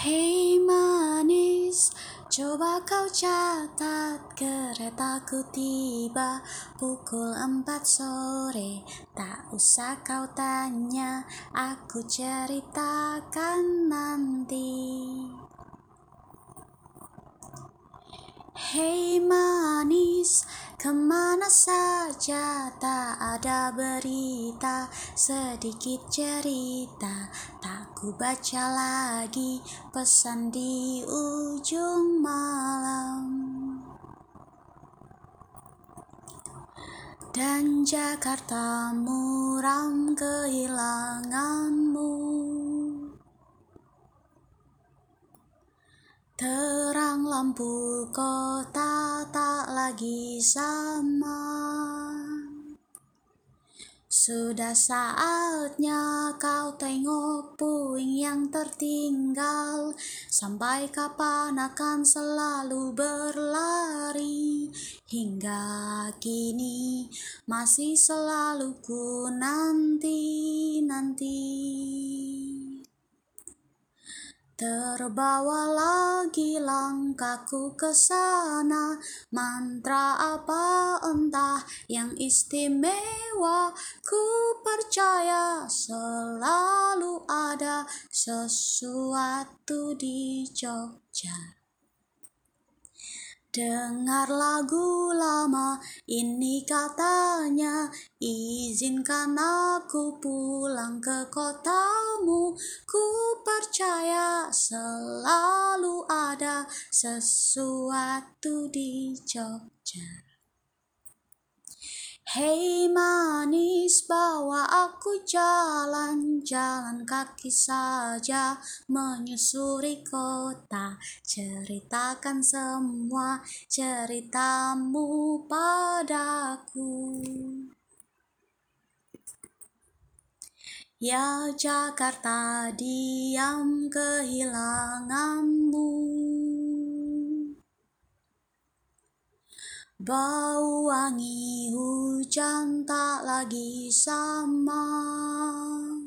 Hei manis, coba kau catat keretaku tiba pukul 4 sore. Tak usah kau tanya, aku ceritakan nanti. Hei manis, kemana saja tak ada berita, sedikit cerita. Tak ku baca lagi pesan di ujung malam. Dan Jakarta muram kehilanganmu. Terang lampu kota tak lagi sama. Sudah saatnya kau tengok puing yang tertinggal. Sampai kapan akan selalu berlari? Hingga kini masih selalu ku nanti. Terbawa lagi langkahku ke sana, mantra apa entah yang istimewa. Ku percaya selalu ada sesuatu di Jogja. Dengar lagu lama ini katanya, izinkan aku pulang ke kotamu. Ku percaya selalu ada sesuatu di Jogja. Hei manis, bawa aku jalan-jalan kaki saja, menyusuri kota. Ceritakan semua ceritamu padaku. Ya Jakarta, diam kehilanganmu. Bau wangi hujan tak lagi sama.